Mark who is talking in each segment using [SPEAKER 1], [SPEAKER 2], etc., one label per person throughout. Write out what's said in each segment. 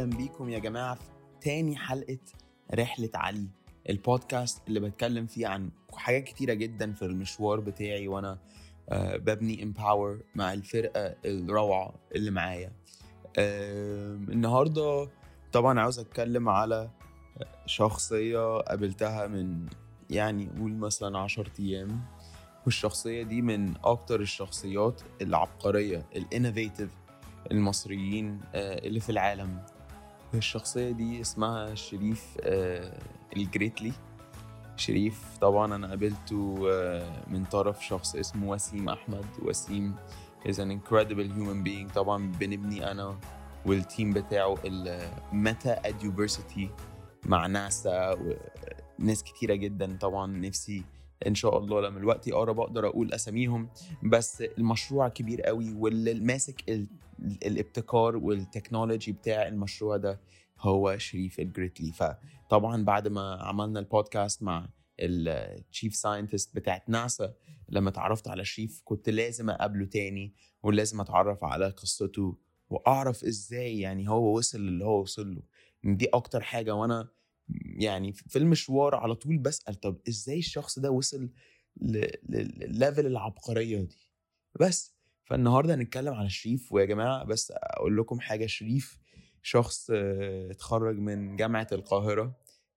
[SPEAKER 1] أهلا بيكم يا جماعة في تاني حلقة رحلة علي، البودكاست اللي بتكلم فيه عن حاجات كتيرة جدا في المشوار بتاعي وأنا ببني امباور مع الفرقة الروعة اللي معايا. النهاردة طبعا عاوز أتكلم على شخصية قابلتها من قول مثلا 10 أيام، والشخصية دي من أكتر الشخصيات العبقرية الانوفيتيف المصريين اللي في العالم. الشخصية دي اسمها شريف الجريتلي. شريف طبعا أنا قابلته من طرف شخص اسمه وسيم أحمد. وسيم is an incredible human being. طبعا بنبني أنا والتيم بتاعه الميتا اديوفرسيتي مع ناسا وناس كتيرة جدا. طبعا نفسي ان شاء الله لما الوقت يقرب اقدر اقول اساميهم، بس المشروع كبير قوي واللي ماسك الابتكار والتكنولوجي بتاع المشروع ده هو شريف الجريتلي. فطبعا بعد ما عملنا البودكاست مع التشيف ساينتست بتاعت ناسا، لما تعرفت على شريف كنت لازم اقابله تاني ولازم اتعرف على قصته واعرف ازاي هو وصل اللي هو وصل له. دي اكتر حاجة، وانا في المشوار على طول بسأل طب ازاي الشخص ده وصل للليفل العبقرية دي. بس فالنهاردة هنتكلم على شريف. ويا جماعة بس اقول لكم حاجة، شريف شخص اتخرج من جامعة القاهرة.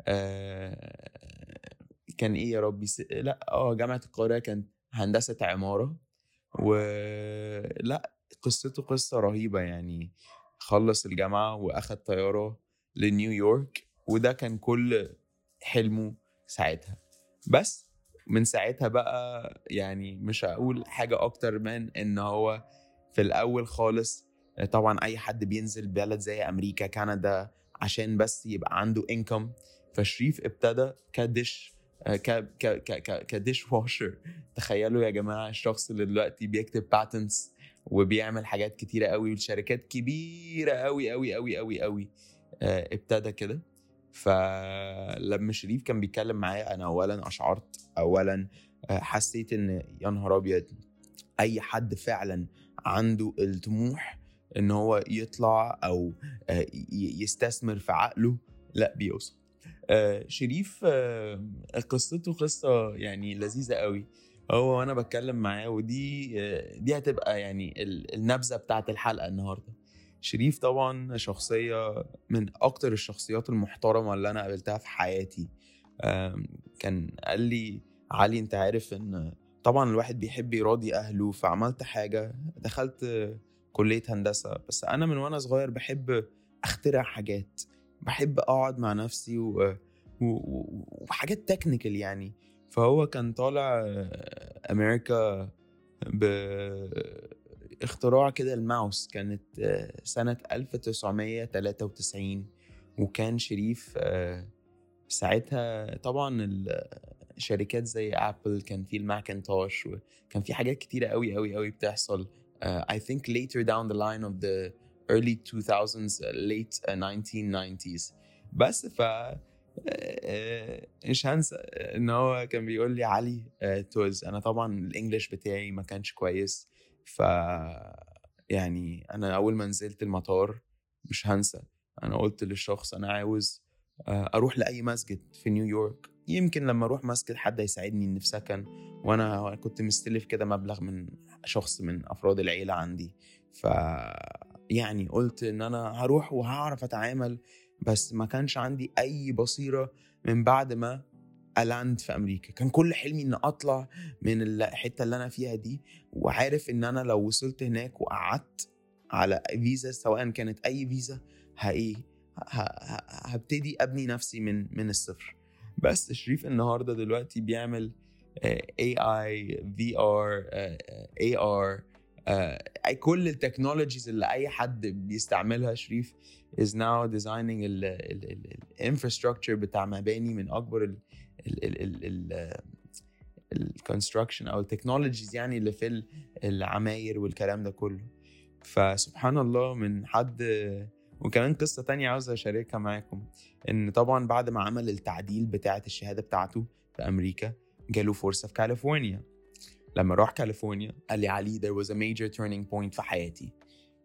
[SPEAKER 1] كان ايه يا ربي جامعة القاهرة كان هندسة عمارة. ولا قصته قصة رهيبة، خلص الجامعة واخد طيارة لنيويورك، وده كان كل حلمه ساعتها. بس من ساعتها بقى مش هقول حاجة اكتر من ان هو في الاول خالص طبعا اي حد بينزل بلد زي امريكا كندا عشان بس يبقى عنده انكم. فشريف ابتدى كديش واشر. تخيلوا يا جماعة الشخص اللي دلوقتي بيكتب باتنتس وبيعمل حاجات كتيرة قوي لشركات كبيرة قوي قوي قوي قوي قوي. ابتدى كده. فلما شريف كان بيتكلم معايا انا اولا اشعرت، حسيت ان يا نهار ابيض، اي حد فعلا عنده الطموح ان هو يطلع او يستثمر في عقله لا بيوصل. شريف قصته قصة لذيذة قوي. هو وانا بتكلم معاه دي هتبقى النبذة بتاعت الحلقة النهاردة. شريف طبعا شخصية من اكتر الشخصيات المحترمة اللي انا قابلتها في حياتي. كان قال لي علي انت عارف ان طبعا الواحد بيحب يراضي اهله، فعملت حاجة دخلت كلية هندسة. بس انا من وانا صغير بحب اخترع حاجات، بحب اقعد مع نفسي وحاجات تكنيكال فهو كان طالع امريكا باختراع كده الماوس، كانت سنة 1993. وكان شريف ساعتها طبعا الشركات زي ابل كان في الماكنتوش وكان في حاجات كتيرة قوي قوي قوي بتحصل. I think later down the line of the early 2000s late 1990s. بس مش هنسى ان هو كان بيقول لي علي توز. انا طبعا الانجليش بتاعي ما كانش كويس، انا اول ما نزلت المطار مش هنسى انا قلت للشخص انا عاوز اروح لاي مسجد في نيويورك، يمكن لما اروح مسجد حد يساعدني ان في سكن. وانا كنت مستلف كده مبلغ من شخص من افراد العيله عندي. قلت ان انا هروح وهعرف اتعامل، بس ما كانش عندي اي بصيره. من بعد ما ألاند في امريكا كان كل حلمي ان اطلع من الحته اللي انا فيها دي، وعارف ان انا لو وصلت هناك وقعدت على فيزا سواء كانت اي فيزا هبتدي ابني نفسي من الصفر. بس شريف النهارده دلوقتي بيعمل AI VR AR كل التكنولوجيز اللي اي حد بيستعملها. شريف is now designing infrastructure بتاع مباني من اكبر الكونستراكشن او التكنولوجيز اللي في العماير والكلام ده كله. فسبحان الله من حد. وكمان قصة تانية عاوز أشاركها معاكم، إن طبعا بعد ما عمل التعديل بتاعة الشهادة بتاعته في أمريكا جاله فرصة في كاليفورنيا. لما راح كاليفورنيا قال لي علي there was a major turning point في حياتي.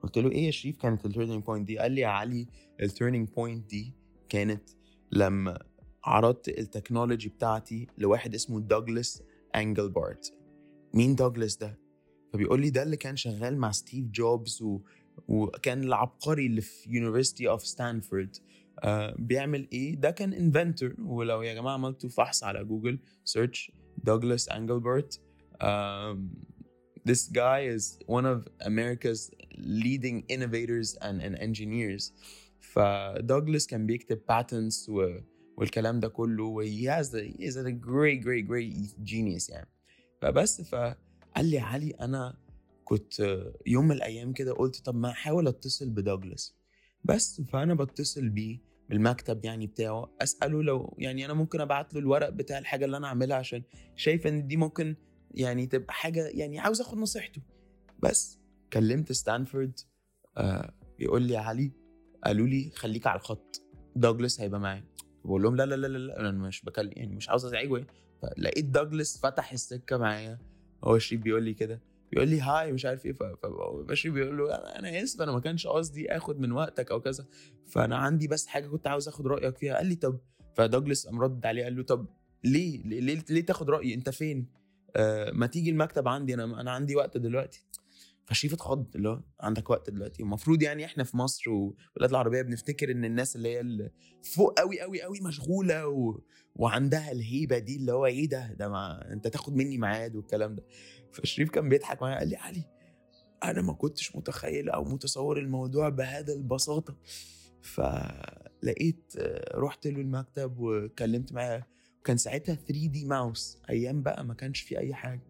[SPEAKER 1] قلت له ايه يا شريف كانت التيرنينج بوينت دي؟ قال لي يا علي التيرنينج بوينت دي كانت لما عرضت التكنولوجي بتاعتي لواحد اسمه دوغلاس انجلبارت. مين دوغلاس ده؟ فبيقول لي ده اللي كان شغال مع ستيف جوبز وكان العبقري اللي في يونيفرسيتي اوف ستانفورد. بيعمل ايه؟ ده كان انفنتور، ولو يا جماعه عملتوا فحص على جوجل سيرش دوغلاس انجلبارت. This guy is one of America's leading innovators and engineers. فدوغلاس كان بيكتب patents والكلام ده كله، و he is a great genius يعني. فقال لي علي أنا كنت يوم من الأيام كده قلت طب ما أحاول أتصل بدوغلاس بس. فأنا بتصل بيه بالمكتب يعني بتاعه، أسأله لو يعني أنا ممكن أبعت له الورق بتاع الحاجة اللي أنا أعملها، عشان شايف إن دي ممكن يعني تبقى حاجة يعني عاوز أخد نصيحته. بس كلمت ستانفورد، بيقول لي علي قالوا لي خليك على الخط، دوغلاس هيبقى معاك. بقول لهم لا لا لا لا انا مش بكلم يعني مش عاوز ازعجه. فلقيت دوغلاس فتح السكه معايا، هو شريف بيقول لي كده، بيقول لي هاي مش عارف ايه. فشريف بيقول له انا اسف انا ما كانش قصدي اخد من وقتك او كذا، فانا عندي بس حاجه كنت عاوز اخد رايك فيها. قال لي طب، فدوغلاس قام رد عليه قال له طب ليه تاخد رايي؟ انت فين؟ ما تيجي المكتب عندي، انا عندي وقت دلوقتي. فشريف اتخض، اللي هو عندك وقت دلوقتي؟ المفروض يعني احنا في مصر والبلاد العربيه بنفتكر ان الناس اللي هي فوق قوي قوي قوي مشغوله وعندها الهيبه دي، اللي هو ايه ده ما انت تاخد مني ميعاد والكلام ده. فشريف كان بيضحك معايا قال لي علي انا ما كنتش متخيل او متصور الموضوع بهذا البساطه. فلقيت رحت له المكتب وكلمت معاه، وكان ساعتها 3D ماوس، ايام بقى ما كانش في اي حاجه.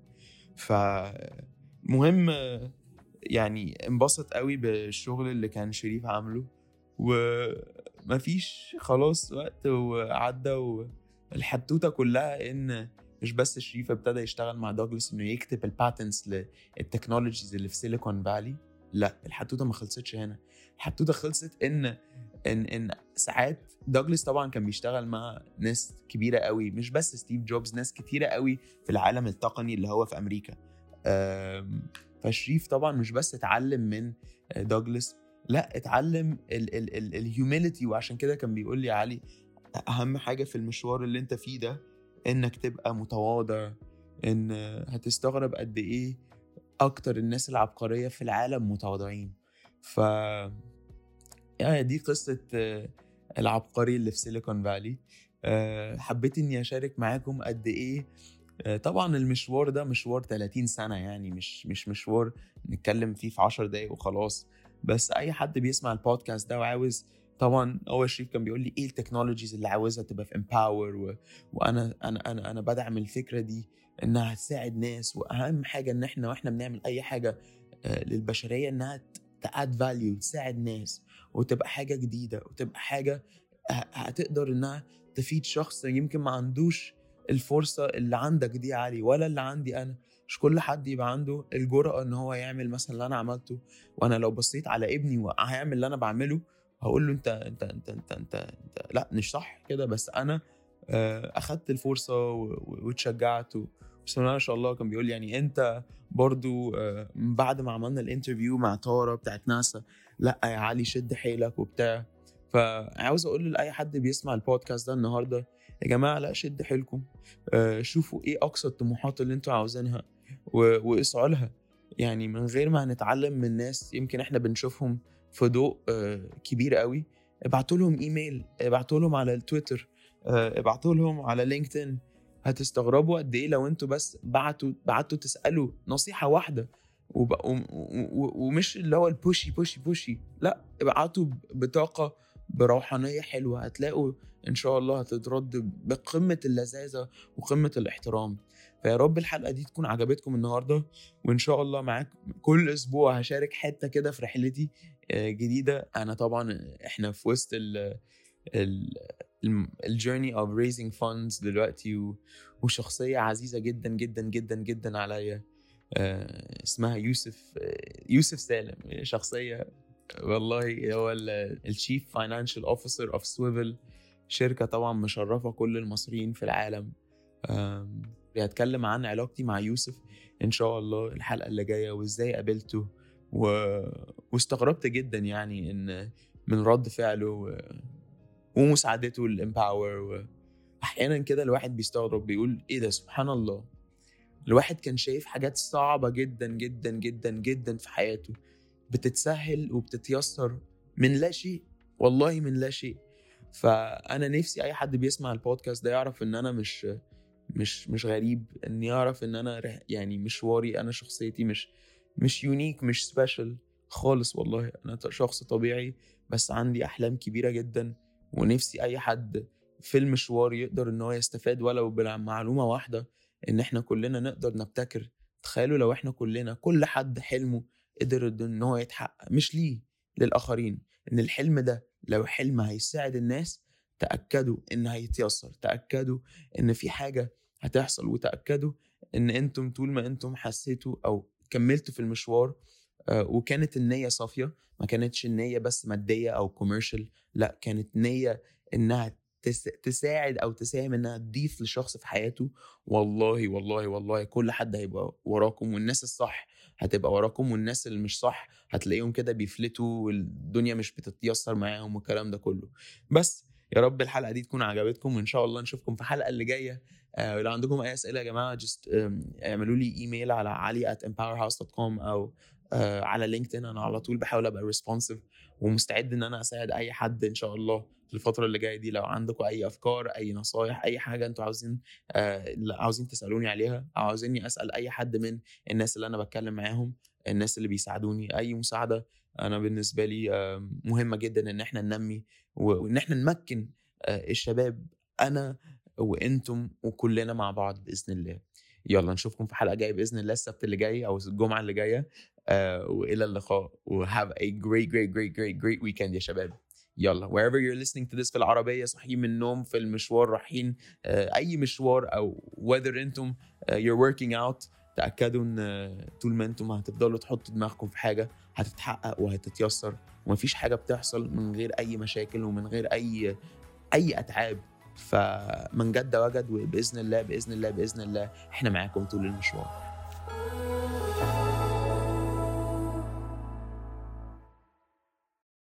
[SPEAKER 1] فمهم يعني انبسط قوي بالشغل اللي كان شريف عامله، ومفيش خلاص وقت وعدى، والحدوته كلها ان مش بس شريف ابتدى يشتغل مع دوغلاس انه يكتب الباتنتس للتكنولوجيز اللي في سيليكون فالي. لا، الحدوته ما خلصتش هنا. الحدوته خلصت ان ساعات دوغلاس طبعا كان بيشتغل مع ناس كبيره قوي، مش بس ستيف جوبز، ناس كتيره قوي في العالم التقني اللي هو في امريكا. فشريف طبعا مش بس اتعلم من دوغلاس، لا اتعلم الهيوميليتي. وعشان كده كان بيقول لي علي اهم حاجه في المشوار اللي انت فيه ده انك تبقى متواضع، ان هتستغرب قد ايه اكتر الناس العبقريه في العالم متواضعين. ف يعني دي قصه العبقري اللي في سيليكون فالي. حبيت اني اشارك معاكم قد ايه طبعا المشوار ده مشوار 30 سنة، يعني مش مشوار نتكلم فيه في 10 دقايق وخلاص. بس اي حد بيسمع البودكاست ده وعاوز، طبعا اول شريف كان بيقول لي ايه التكنولوجيز اللي عاوزها تبقى في امباور، وانا انا انا انا بدعم الفكرة دي انها هتساعد ناس. واهم حاجة ان احنا واحنا بنعمل اي حاجة للبشرية انها تاد فاليو، تساعد ناس وتبقى حاجة جديدة وتبقى حاجة هتقدر انها تفيد شخص يمكن ما عندوش الفرصة اللي عندك دي عالي ولا اللي عندي أنا. مش كل حد يبقى عنده الجرأة إن هو يعمل مثلا اللي أنا عملته. وأنا لو بصيت على ابني وهيعمل اللي أنا بعمله هقول له أنت لا مش صح كده. بس أنا أخدت الفرصة واتشجعت. بسم الله ما شاء الله. كان بيقول يعني أنت برضو بعد ما عملنا الانترفيو مع تارا بتاعت ناسا، لا يا علي شد حيلك وبتاع. فعاوز أقول لأي حد بيسمع البودكاست ده النهاردة، يا جماعة لا شد حيلكم، شوفوا ايه اقصى الطموحات اللي انتوا عاوزينها واسعوا لها. يعني من غير ما هنتعلم من ناس يمكن احنا بنشوفهم في ضوء كبير قوي، ابعتوا لهم ايميل، ابعتوا لهم على التويتر، ابعتوا لهم على لينكدين. هتستغربوا قد ايه لو انتوا بس بعتوا تسألوا نصيحة واحدة، ومش اللي هو البوشي، لا ابعتوا بطاقة بروحانية حلوة، هتلاقوا إن شاء الله هتترد بقمة اللذاذة وقمة الاحترام. فيا رب الحلقة دي تكون عجبتكم النهاردة، وإن شاء الله معاك كل أسبوع هشارك حتة كده في رحلتي جديدة. أنا طبعا إحنا في وسط الجيرني of raising funds دلوقتي، وشخصية عزيزة جدا جدا جدا جدا عليا اسمها يوسف سالم. شخصية والله هو الشيف فاينانشال اوفيسر اوف سويفل، شركة طبعا مشرفة كل المصريين في العالم. هتكلم عن علاقتي مع يوسف ان شاء الله الحلقة اللي جاية، وازاي قابلته واستغربت جدا يعني ان من رد فعله ومساعدته الامباور. احيانا كده الواحد بيستغرب بيقول ايه ده، سبحان الله، الواحد كان شايف حاجات صعبة جدا جدا جدا جدا في حياته بتتسهل وبتتيسر من لا شيء، والله من لا شيء. فأنا نفسي أي حد بيسمع البودكاست ده يعرف إن أنا مش غريب، إن يعرف إن أنا يعني مشواري، أنا شخصيتي مش يونيك، مش سبيشال خالص. والله أنا شخص طبيعي بس عندي أحلام كبيرة جدا، ونفسي أي حد في المشوار يقدر إن هو يستفاد ولو بمعلومة واحدة، إن إحنا كلنا نقدر نبتكر. تخيلوا لو إحنا كلنا، كل حد حلمه قدر إن هو يتحقق، مش ليه، للآخرين. إن الحلم ده لو حلم هيساعد الناس، تأكدوا إن هيتيسر، تأكدوا إن في حاجة هتحصل، وتأكدوا إن أنتم طول ما أنتم حسيتوا أو كملتوا في المشوار وكانت النية صافية، ما كانتش النية بس مادية أو كوميرشال، لا، كانت نية إنها تساعد أو تساهم إنها تضيف لشخص في حياته. والله والله والله كل حد هيبقى وراكم، والناس الصح هتبقى وراكم، والناس اللي مش صح هتلاقيهم كده بيفلتوا والدنيا مش بتتيسر معاهم والكلام ده كله. بس يا رب الحلقة دي تكون عجبتكم، وإن شاء الله نشوفكم في الحلقة اللي جاية. لو عندكم أي أسئلة يا جماعة اعملوا لي إيميل على ali@empowerhouse.com أو على لينكدين. أنا على طول بحاول أبقى responsive ومستعد إن أنا أساعد أي حد إن شاء الله في الفترة اللي جاية دي. لو عندكم أي أفكار، أي نصايح، أي حاجة أنتوا عاوزين تسألوني عليها، أو عاوزيني أسأل أي حد من الناس اللي أنا بتكلم معاهم، الناس اللي بيساعدوني، أي مساعدة أنا بالنسبة لي مهمة جدا إن إحنا ننمي وإن إحنا نمكن الشباب، أنا وإنتم وكلنا مع بعض بإذن الله. يلا نشوفكم في حلقة جاية بإذن الله السبت اللي جاي أو الجمعة اللي جاية. وإلى اللقاء و have a great great great great great weekend يا شباب. يلا wherever you're listening to this، في العربية، صاحيين من النوم، في المشوار، رايحين أي مشوار، أو whether أنتم you're working out، تأكدوا إن طول ما أنتم هتفضلوا تحطوا دماغكم في حاجة هتتحقق وهتتيسر، ومفيش حاجة بتحصل من غير أي مشاكل ومن غير أي أتعاب. فمن جد وجد، وبإذن الله بإذن الله بإذن الله إحنا معاكم طول المشوار.